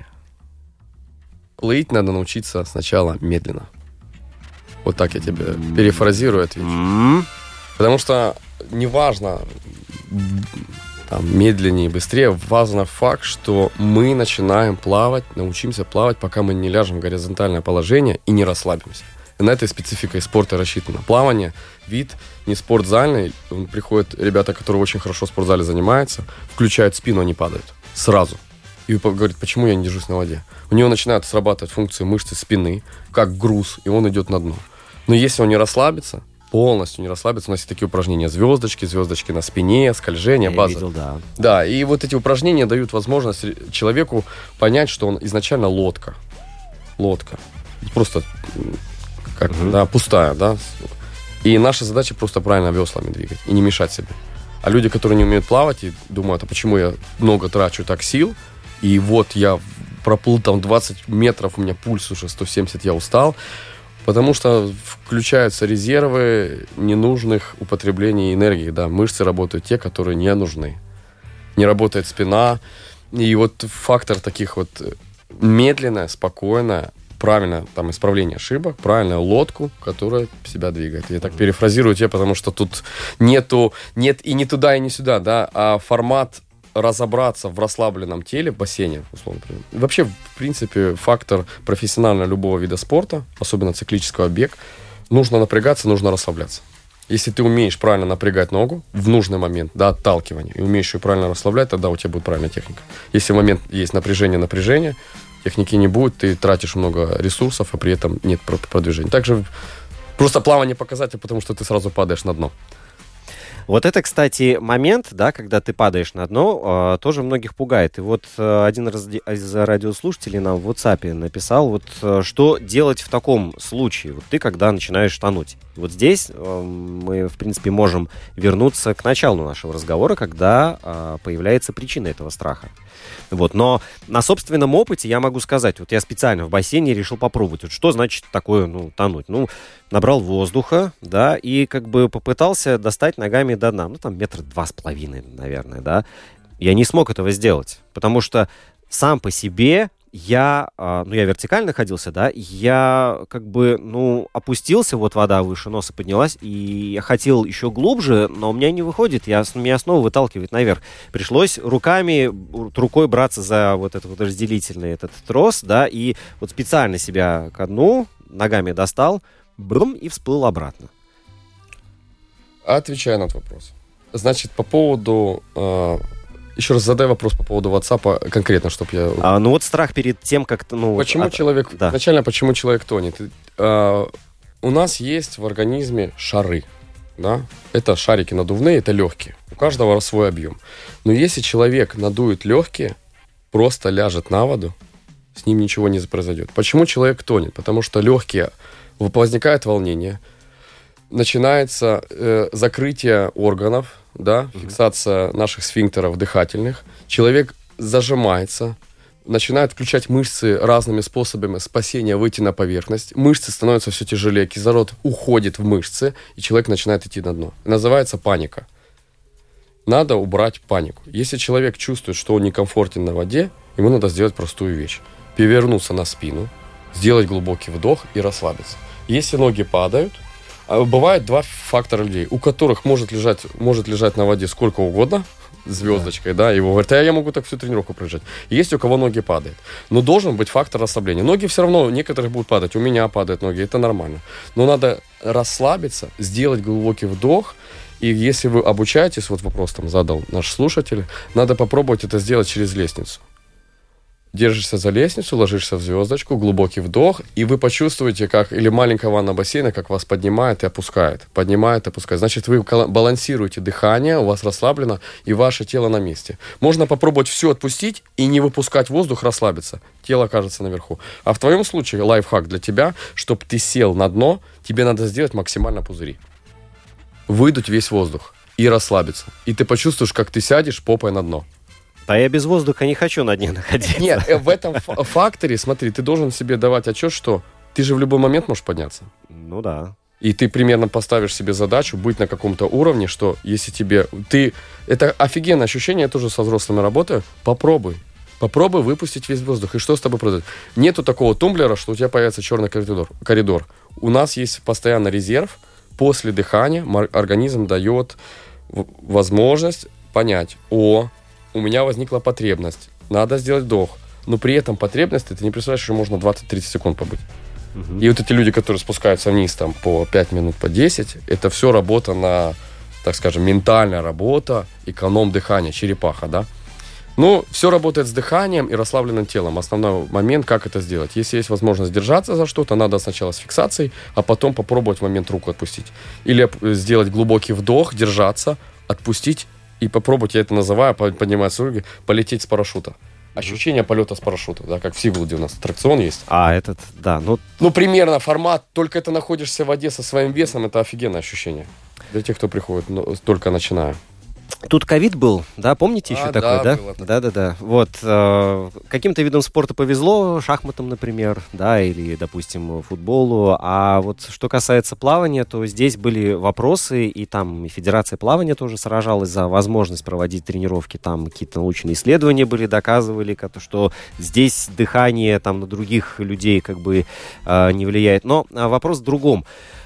Плыть надо научиться сначала медленно. Вот так я тебе перефразирую, отвечу. Mm-hmm. Потому что неважно, там, медленнее, быстрее, важно факт, что мы начинаем плавать, научимся плавать, пока мы не ляжем в горизонтальное положение и не расслабимся. И на этой спецификой спорта рассчитано. Плавание, вид не спортзальный. Приходят ребята, которые очень хорошо в спортзале занимаются, включают спину, они падают сразу. И говорит, почему я не держусь на воде? У него начинают срабатывать функции мышцы спины, как груз, и он идет на дно. Но если он не расслабится, полностью не расслабиться. У нас есть такие упражнения: звездочки, звездочки на спине, скольжение, Я база. видел, да. Да, и вот эти упражнения дают возможность человеку понять, что он изначально лодка. Лодка. Просто как, угу. да, пустая, да. И наша задача просто правильно веслами двигать и не мешать себе. А люди, которые не умеют плавать и думают, а почему я много трачу так сил, и вот я проплыл там двадцать метров, у меня пульс уже сто семьдесят, я устал. Потому что включаются резервы ненужных употреблений энергии. Да, мышцы работают те, которые не нужны. Не работает спина. И вот фактор таких вот медленное, спокойное, правильное там исправление ошибок, правильную лодку, которая себя двигает. Я так перефразирую тебя, потому что тут нету, нет и не туда, и не сюда, да, а формат разобраться в расслабленном теле, в бассейне, условно. Вообще, в принципе, фактор профессионального любого вида спорта, особенно циклического бега, нужно напрягаться, нужно расслабляться. Если ты умеешь правильно напрягать ногу в нужный момент, да, отталкивания, и умеешь ее правильно расслаблять, тогда у тебя будет правильная техника. Если в момент есть напряжение, напряжение, техники не будет, ты тратишь много ресурсов, а при этом нет продвижения. Также просто плавание показатель, потому что ты сразу падаешь на дно. Вот это, кстати, момент, да, когда ты падаешь на дно, э, тоже многих пугает. И вот э, один раз из радиослушателей нам в WhatsApp написал, вот э, что делать в таком случае, вот ты когда начинаешь тонуть. Вот здесь э, мы, в принципе, можем вернуться к началу нашего разговора, когда э, появляется причина этого страха. Вот. Но на собственном опыте я могу сказать, вот я специально в бассейне решил попробовать, вот что значит такое, ну, тонуть. Ну, набрал воздуха, да, и как бы попытался достать ногами до дна, ну, там метра два с половиной, наверное, да. Я не смог этого сделать, потому что сам по себе я, ну, я вертикально находился, да, я как бы, ну, опустился, вот вода выше носа поднялась, и я хотел еще глубже, но у меня не выходит, я, меня снова выталкивает наверх. Пришлось руками, рукой браться за вот этот вот разделительный этот трос, да, и вот специально себя ко дну ногами достал, брум, и всплыл обратно. Отвечаю на этот вопрос. Значит, по поводу... Э, еще раз задай вопрос по поводу WhatsApp конкретно, чтобы я... А, ну вот страх перед тем, как... Ну, почему вот, человек... Да. Изначально, почему человек тонет? Э, у нас есть в организме шары. Да? Это шарики надувные, это легкие. У каждого свой объем. Но если человек надует легкие, просто ляжет на воду, с ним ничего не произойдет. Почему человек тонет? Потому что легкие... Возникает волнение, начинается э, закрытие органов, да, mm-hmm. фиксация наших сфинктеров дыхательных. Человек зажимается, начинает включать мышцы разными способами спасения, выйти на поверхность. Мышцы становятся все тяжелее, кислород уходит в мышцы, и человек начинает идти на дно. Называется паника. Надо убрать панику. Если человек чувствует, что он некомфортен на воде, ему надо сделать простую вещь. Перевернуться на спину, сделать глубокий вдох и расслабиться. Если ноги падают, бывает два фактора людей, у которых может лежать, может лежать на воде сколько угодно, звездочкой, да, и его говорят, а я могу так всю тренировку пролежать. Есть у кого ноги падают. Но должен быть фактор расслабления. Ноги все равно, некоторых будут падать, у меня падают ноги, это нормально. Но надо расслабиться, сделать глубокий вдох, и если вы обучаетесь, вот вопрос там задал наш слушатель, надо попробовать это сделать через лестницу. Держишься за лестницу, ложишься в звездочку, глубокий вдох, и вы почувствуете, как, или маленькая ванна бассейна, как вас поднимает и опускает. Поднимает и опускает. Значит, вы балансируете дыхание, у вас расслаблено, и ваше тело на месте. Можно попробовать все отпустить и не выпускать воздух, расслабиться. Тело окажется наверху. А в твоем случае лайфхак для тебя, чтобы ты сел на дно, тебе надо сделать максимально пузыри. Выдуть весь воздух и расслабиться. И ты почувствуешь, как ты сядешь попой на дно. А я без воздуха не хочу на дне находиться. Нет, в этом факторе, смотри, ты должен себе давать отчет, что ты же в любой момент можешь подняться. Ну да. И ты примерно поставишь себе задачу быть на каком-то уровне, что если тебе... ты это офигенное ощущение, я тоже со взрослыми работаю. Попробуй. Попробуй выпустить весь воздух. И что с тобой произойдет? Нету такого тумблера, что у тебя появится черный коридор. коридор. У нас есть постоянно резерв. После дыхания организм дает возможность понять, о... у меня возникла потребность, надо сделать вдох. Но при этом потребности, ты не представляешь, что можно двадцать-тридцать секунд побыть. Uh-huh. И вот эти люди, которые спускаются вниз там, по пять минут, по десять, это все работа на, так скажем, ментальная работа, эконом дыхания, черепаха, да. Ну, все работает с дыханием и расслабленным телом. Основной момент, как это сделать. Если есть возможность держаться за что-то, надо сначала с фиксацией, а потом попробовать в момент руку отпустить. Или сделать глубокий вдох, держаться, отпустить, и попробовать, я это называю, поднимать руки, полететь с парашюта. Ощущение полета с парашюта, да, как в Сигулде у нас аттракцион есть. А, этот, да, ну... Ну, примерно формат, только ты находишься в воде со своим весом, это офигенное ощущение. Для тех, кто приходит, ну, только начиная. Тут ковид был, да, помните еще а, такое, да? Да, да-да-да. Вот, э, каким-то видом спорта повезло, шахматам, например, да, или, допустим, футболу. А вот что касается плавания, то здесь были вопросы, и там и Федерация плавания тоже сражалась за возможность проводить тренировки. Там какие-то научные исследования были, доказывали, что здесь дыхание там на других людей как бы э, не влияет. Но вопрос в другом.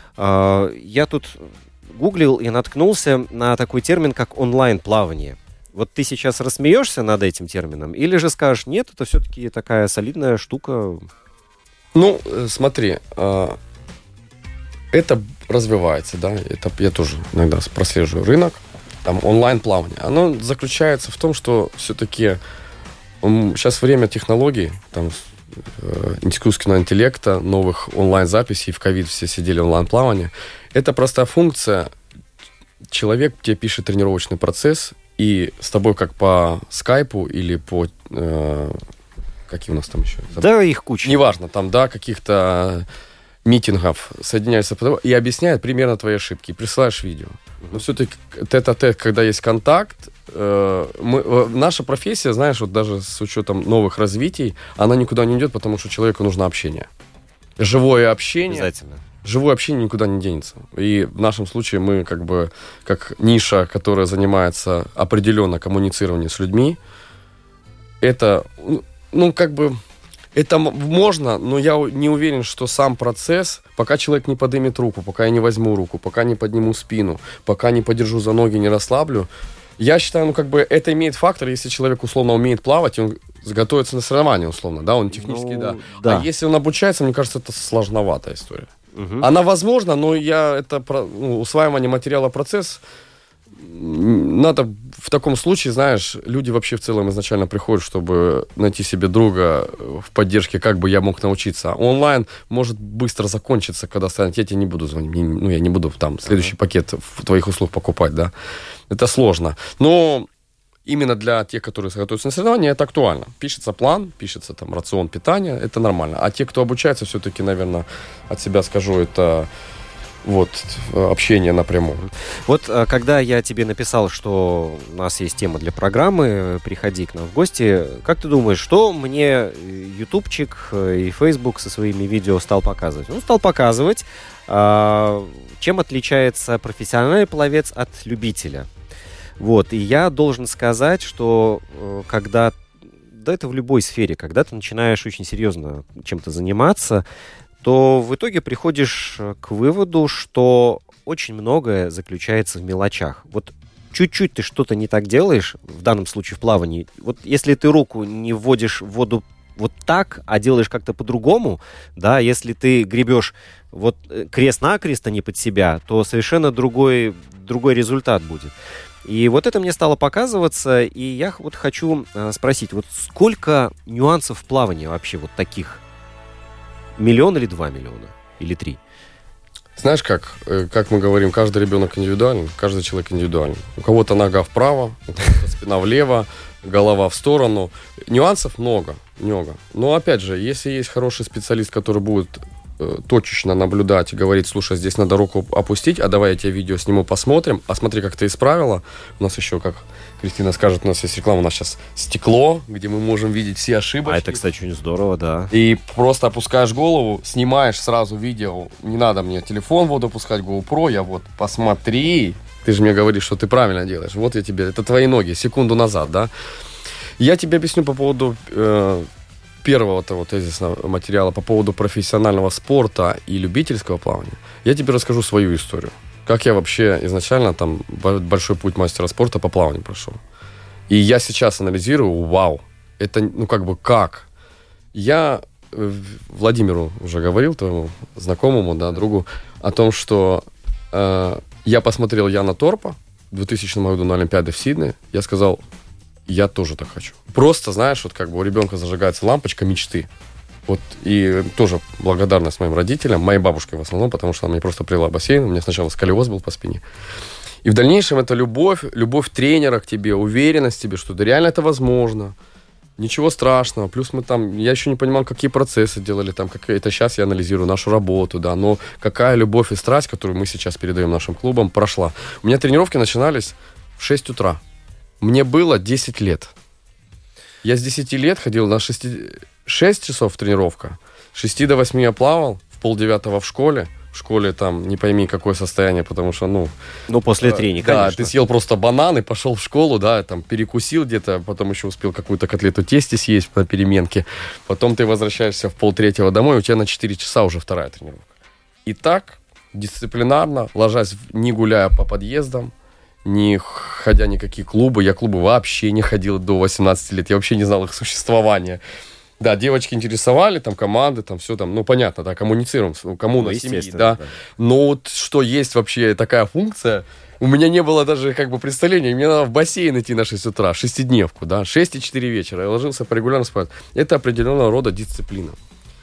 Э, я тут... гуглил и наткнулся на такой термин, как онлайн-плавание. Вот ты сейчас рассмеешься над этим термином, или же скажешь, нет, это все-таки такая солидная штука? Ну, смотри, это развивается, да, это я тоже иногда прослеживаю рынок, там онлайн-плавание. Оно заключается в том, что все-таки сейчас время технологий, там, искусственного интеллекта, новых онлайн-записей, в ковид все сидели онлайн-плавание. Это простая функция. человек тебе пишет тренировочный процесс, и с тобой как по скайпу или по... Э, какие у нас там еще? Да, их куча. Неважно, там, да, каких-то митингов соединяются и объясняет примерно твои ошибки, и присылаешь видео. Но все-таки тет-а-тет, когда есть контакт, э, мы, э, наша профессия, знаешь, вот даже с учетом новых развитий, она никуда не идет, потому что человеку нужно общение. Живое общение. Обязательно. Живое общение никуда не денется. И в нашем случае мы как бы, как ниша, которая занимается определенно коммуницированием с людьми, это, ну, как бы, это можно, но я не уверен, что сам процесс, пока человек не поднимет руку, пока я не возьму руку, пока не подниму спину, пока не подержу за ноги, не расслаблю, я считаю, ну, как бы, это имеет фактор, если человек, условно, умеет плавать, и он готовится на соревнования, условно, да, он технически, ну, да. да. А если он обучается, мне кажется, это сложноватая история. Угу. Она возможна, но я, это, ну, усваивание материала процесс, надо в таком случае, знаешь, люди вообще в целом изначально приходят, чтобы найти себе друга в поддержке, как бы я мог научиться. Онлайн может быстро закончиться, когда станет, я тебе не буду звонить, ну, я не буду там следующий uh-huh. пакет в твоих услуг покупать, да. Это сложно. Но именно для тех, которые готовятся на соревнования, это актуально. Пишется план, пишется там рацион питания, это нормально. А те, кто обучается, все-таки, наверное, от себя скажу, это... Вот, общение напрямую. Вот, когда я тебе написал, что у нас есть тема для программы, приходи к нам в гости, как ты думаешь, что мне ютубчик и фейсбук со своими видео стал показывать? Он стал показывать, чем отличается профессиональный пловец от любителя. Вот, и я должен сказать, что когда, да это в любой сфере, когда ты начинаешь очень серьезно чем-то заниматься, то в итоге приходишь к выводу, что очень многое заключается в мелочах. Вот чуть-чуть ты что-то не так делаешь, в данном случае в плавании, вот если ты руку не вводишь в воду вот так, а делаешь как-то по-другому, да, если ты гребешь вот крест-накрест, а не под себя, то совершенно другой, другой результат будет. И вот это мне стало показываться, и я вот хочу спросить, вот сколько нюансов в плавании вообще вот таких? Миллион или два миллиона? Или три? Знаешь как? Как мы говорим, каждый ребенок индивидуален, каждый человек индивидуален. У кого-то нога вправо, у кого-то спина влево, голова в сторону. Нюансов много, много. Но опять же, если есть хороший специалист, который будет э, точечно наблюдать и говорить, слушай, здесь надо руку опустить, а давай я тебе видео сниму, посмотрим, а смотри, как ты исправила. У нас еще, как Кристина скажет, у нас есть реклама, у нас сейчас стекло, где мы можем видеть все ошибочки. А это, кстати, очень здорово, да. И просто опускаешь голову, снимаешь сразу видео. Не надо мне телефон в воду опускать, GoPro, я вот, посмотри. Ты же мне говоришь, что ты правильно делаешь. Вот я тебе, это твои ноги, секунду назад, да. Я тебе объясню по поводу э, первого того тезисного материала, по поводу профессионального спорта и любительского плавания. Я тебе расскажу свою историю. Как я вообще изначально там большой путь мастера спорта по плаванию прошел. И я сейчас анализирую, вау, это, ну, как бы, как? Я Владимиру уже говорил, твоему знакомому, да, другу, о том, что э, я посмотрел Яна Торпа в двухтысячном году на Олимпиаде в Сиднее. Я сказал, я тоже так хочу. Просто, знаешь, вот как бы у ребенка зажигается лампочка мечты. Вот, и тоже благодарность моим родителям, моей бабушке в основном, потому что она мне просто привела в бассейн, у меня сначала сколиоз был по спине. И в дальнейшем это любовь, любовь тренера к тебе, уверенность в тебе, что да реально это возможно, ничего страшного. Плюс мы там, я еще не понимал, какие процессы делали там, как, это сейчас я анализирую нашу работу, да, но какая любовь и страсть, которую мы сейчас передаем нашим клубам, прошла. У меня тренировки начинались в шесть утра. Мне было десять лет. Я с десяти лет ходил на шести... шесть часов тренировка. С шести до восьми я плавал, в полдевятого в школе. В школе там не пойми какое состояние, потому что, ну... Ну, после тренинга, да, конечно. Ты съел просто банан и пошел в школу, да, там перекусил где-то, потом еще успел какую-то котлету тесте съесть на переменке. Потом ты возвращаешься в полтретьего домой, у тебя на четыре часа уже вторая тренировка. И так, дисциплинарно, ложась, не гуляя по подъездам, не ходя никакие клубы. Я клубы вообще не ходил до восемнадцати лет. Я вообще не знал их существования. Да, девочки интересовали, там, команды, там, все там, ну, понятно, да, коммуницируем, коммуна, ну, семьи, да. да. Но вот что есть вообще такая функция, у меня не было даже, как бы, представления. Мне надо в бассейн идти на шесть утра, шестидневку, да, шесть и четыре вечера. Я ложился по регулярно спать. Это определенного рода дисциплина.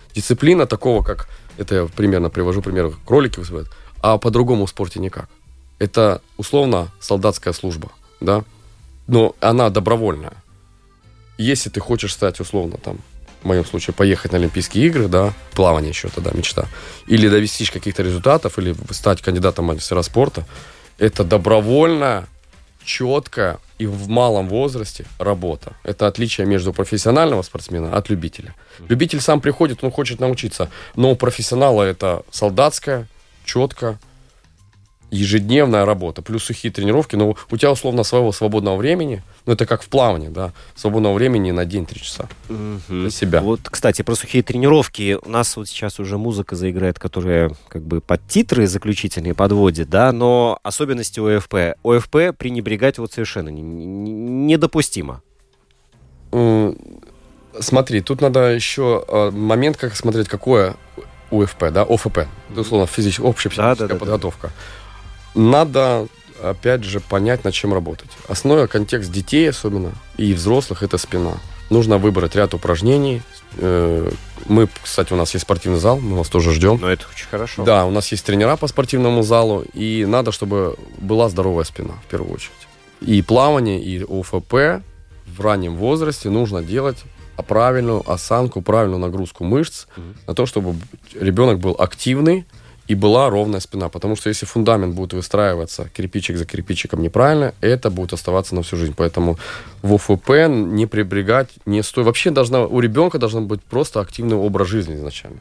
Дисциплина такого, как, это я примерно привожу пример, кролики высыпают, а по-другому в спорте никак. это условно солдатская служба, да, но она добровольная. Если ты хочешь стать условно там, в моем случае, поехать на Олимпийские игры, да, плавание еще тогда мечта, или достичь каких-то результатов, или стать кандидатом в мастера спорта, это добровольная, четкая и в малом возрасте работа. Это отличие между профессионального спортсмена от любителя. Любитель сам приходит, он хочет научиться, но у профессионала это солдатская, четкая, ежедневная работа, плюс сухие тренировки, но у тебя условно своего свободного времени, ну это как в плавании, да, свободного времени на день три часа Угу. для себя. Вот, кстати, про сухие тренировки. У нас вот сейчас уже музыка заиграет, которая как бы под титры заключительные подводит, да, но особенности ОФП. ОФП пренебрегать вот совершенно не- не- недопустимо. М, Смотри, тут надо еще э, момент, как смотреть, какое УФП, да, ОФП, это, условно, физическая, общая Да, физическая да, да, подготовка. Надо, опять же, понять, над чем работать. Основной контекст детей особенно и взрослых – это спина. Нужно выбрать ряд упражнений. Э, Мы, кстати, у нас есть спортивный зал, мы вас тоже ждем. Но это очень хорошо. Да, у нас есть тренера по спортивному залу, и надо, чтобы была здоровая спина, в первую очередь. И плавание, и ОФП в раннем возрасте нужно делать правильную осанку, правильную нагрузку мышц Мгм. на то, чтобы ребенок был активный и была ровная спина. Потому что если фундамент будет выстраиваться кирпичик за кирпичиком неправильно, это будет оставаться на всю жизнь. Поэтому в ОФП не пренебрегать не стоит. Вообще должна, у ребенка должен быть просто активный образ жизни изначально.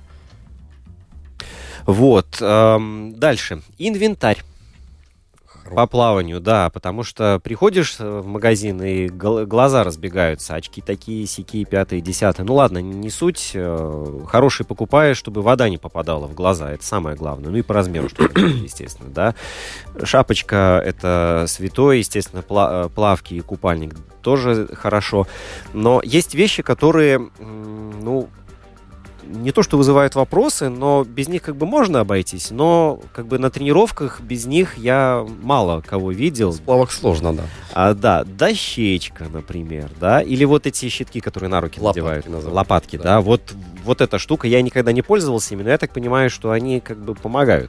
Вот. эм, дальше. Инвентарь. По плаванию, да, потому что приходишь в магазин, и гл- глаза разбегаются, очки такие, сякие, пятые, десятые. Ну ладно, не суть, э, хороший покупаешь, чтобы вода не попадала в глаза, это самое главное. Ну и по размеру, чтобы, естественно, да. Шапочка — это святое, естественно, пла- плавки и купальник тоже хорошо. Но есть вещи, которые, м, ну... не то, что вызывают вопросы, но без них как бы можно обойтись, но как бы на тренировках без них я мало кого видел. Плавок сложно, да. А, да, дощечка, например, да, или вот эти щитки, которые на руки Лопатки надевают. называют, Лопатки, да. да. Вот, вот эта штука, я никогда не пользовался ими, но я так понимаю, что они как бы помогают.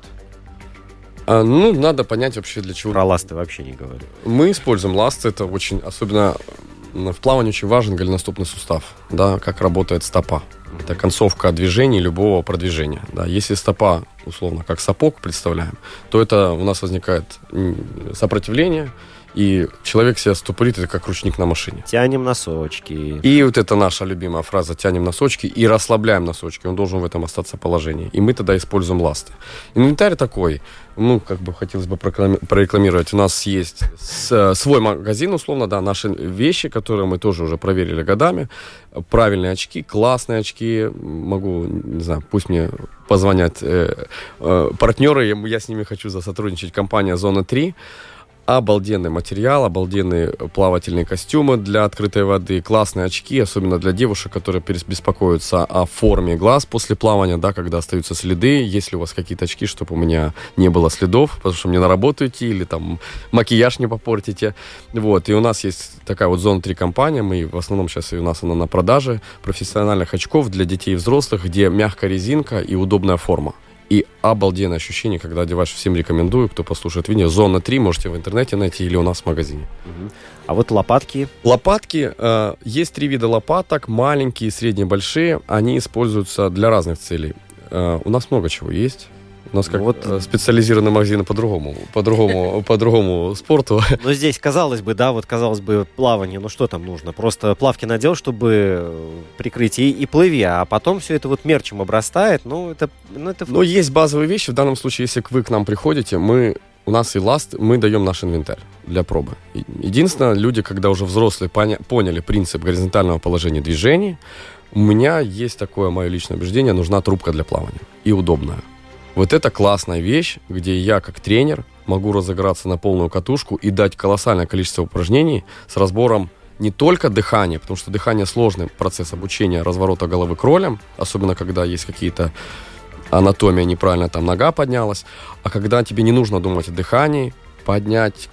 А, ну, надо понять вообще, для чего. Про ласты вообще не говорю. Мы используем ласты, это очень, особенно в плавании очень важен голеностопный сустав, да, как работает стопа. Это концовка движений любого продвижения. Да. Если стопа, условно, как сапог представляем, то это у нас возникает сопротивление, и человек себя стопорит, это как ручник на машине. Тянем носочки. И вот это наша любимая фраза «тянем носочки» и расслабляем носочки. Он должен в этом остаться положении. И мы тогда используем ласты. Инвентарь такой, ну, как бы хотелось бы проклами- прорекламировать. У нас есть с- свой магазин, условно, да, наши вещи, которые мы тоже уже проверили годами. Правильные очки, классные очки. Могу, не знаю, пусть мне позвонят э, э, партнеры, я, я с ними хочу засотрудничать. Компания «Зона три». Обалденный материал, обалденные плавательные костюмы для открытой воды, классные очки, особенно для девушек, которые беспокоятся о форме глаз после плавания, да, когда остаются следы. Есть ли у вас какие-то очки, чтобы у меня не было следов, потому что мне на работу идти или там макияж не попортите. Вот, и у нас есть такая вот «Зона три» компания, мы в основном сейчас у нас она на продаже профессиональных очков для детей и взрослых, где мягкая резинка и удобная форма. И обалденное ощущение, когда одеваешь, всем рекомендую, кто послушает видео. «Зона три» можете в интернете найти или у нас в магазине. Мгм. А вот лопатки. Лопатки, э, есть три вида лопаток, маленькие, средние, большие. Они используются для разных целей. Э, у нас много чего есть. У нас как Вот. вот специализированные магазины по-другому, по-другому, по-другому спорту. Но здесь, казалось бы, да, вот казалось бы, плавание, ну что там нужно? Просто плавки надел, чтобы прикрыть и, и плыви, а потом все это вот мерчем обрастает, ну это... Ну, это... Но есть базовые вещи. В данном случае, если вы к нам приходите, мы, у нас и ласт, мы даем наш инвентарь для пробы. И- Единственное, люди, когда уже взрослые поня- поняли принцип горизонтального положения движений, у меня есть такое мое личное убеждение, нужна трубка для плавания. И удобная. Вот это классная вещь, где я, как тренер, могу разыграться на полную катушку и дать колоссальное количество упражнений с разбором не только дыхания, потому что дыхание сложный процесс обучения разворота головы кролем, особенно когда есть какие-то анатомия неправильно, там нога поднялась, а когда тебе не нужно думать о дыхании, поднять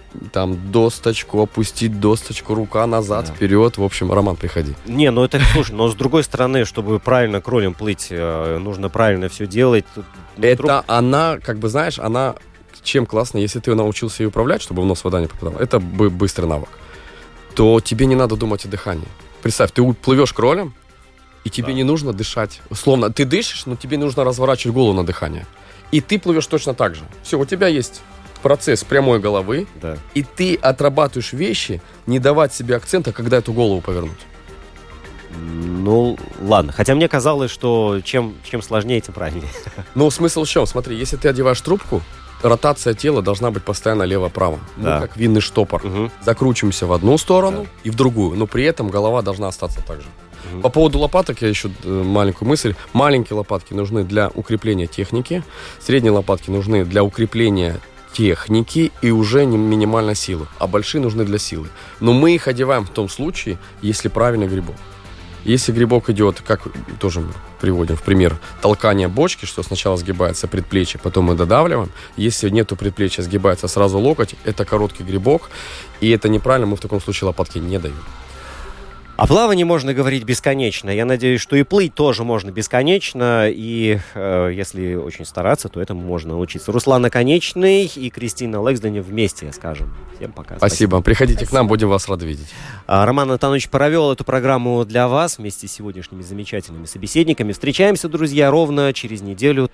там досточку, опустить досточку, рука назад, Да. вперед, в общем, Роман, приходи. Не, ну это, слушай, но с другой стороны, чтобы правильно кролем плыть, э, нужно правильно все делать. Тут, ну, Это труб- она, как бы, знаешь, она чем классно, если ты научился ее управлять, чтобы в нос вода не попадала, это бы быстрый навык, то тебе не надо думать о дыхании. Представь, ты плывешь кролем, и тебе да. не нужно дышать. Условно, ты дышишь, но тебе нужно разворачивать голову на дыхание. И ты плывешь точно так же. Все, у тебя есть процесс прямой головы, да. и ты отрабатываешь вещи, не давать себе акцента, когда эту голову повернуть. Ну, ладно. Хотя мне казалось, что чем, чем сложнее, тем правильнее. Ну, смысл в чем? Смотри, если ты одеваешь трубку, ротация тела должна быть постоянно лево-право. Да. Ну, как винный штопор. Угу. Закручиваемся в одну сторону да. и в другую, но при этом голова должна остаться так же. Угу. По поводу лопаток я еще маленькую мысль. Маленькие лопатки нужны для укрепления техники, средние лопатки нужны для укрепления техники и уже минимальной силы, а большие нужны для силы. Но мы их одеваем в том случае, если правильный грибок. Если грибок идет, как тоже мы приводим в пример, толкание бочки, что сначала сгибается предплечье, потом мы додавливаем. Если нету предплечья, сгибается сразу локоть, это короткий грибок, и это неправильно, мы в таком случае лопатки не даем. О плавании можно говорить бесконечно. Я надеюсь, что и плыть тоже можно бесконечно. И э, если очень стараться, то этому можно научиться. Руслан Наконечный и Кристина Лексдене вместе, скажем. Всем пока. Спасибо. Спасибо. Приходите Спасибо. К нам, будем вас рады видеть. А, Роман Антонович провел эту программу для вас вместе с сегодняшними замечательными собеседниками. Встречаемся, друзья, ровно через неделю.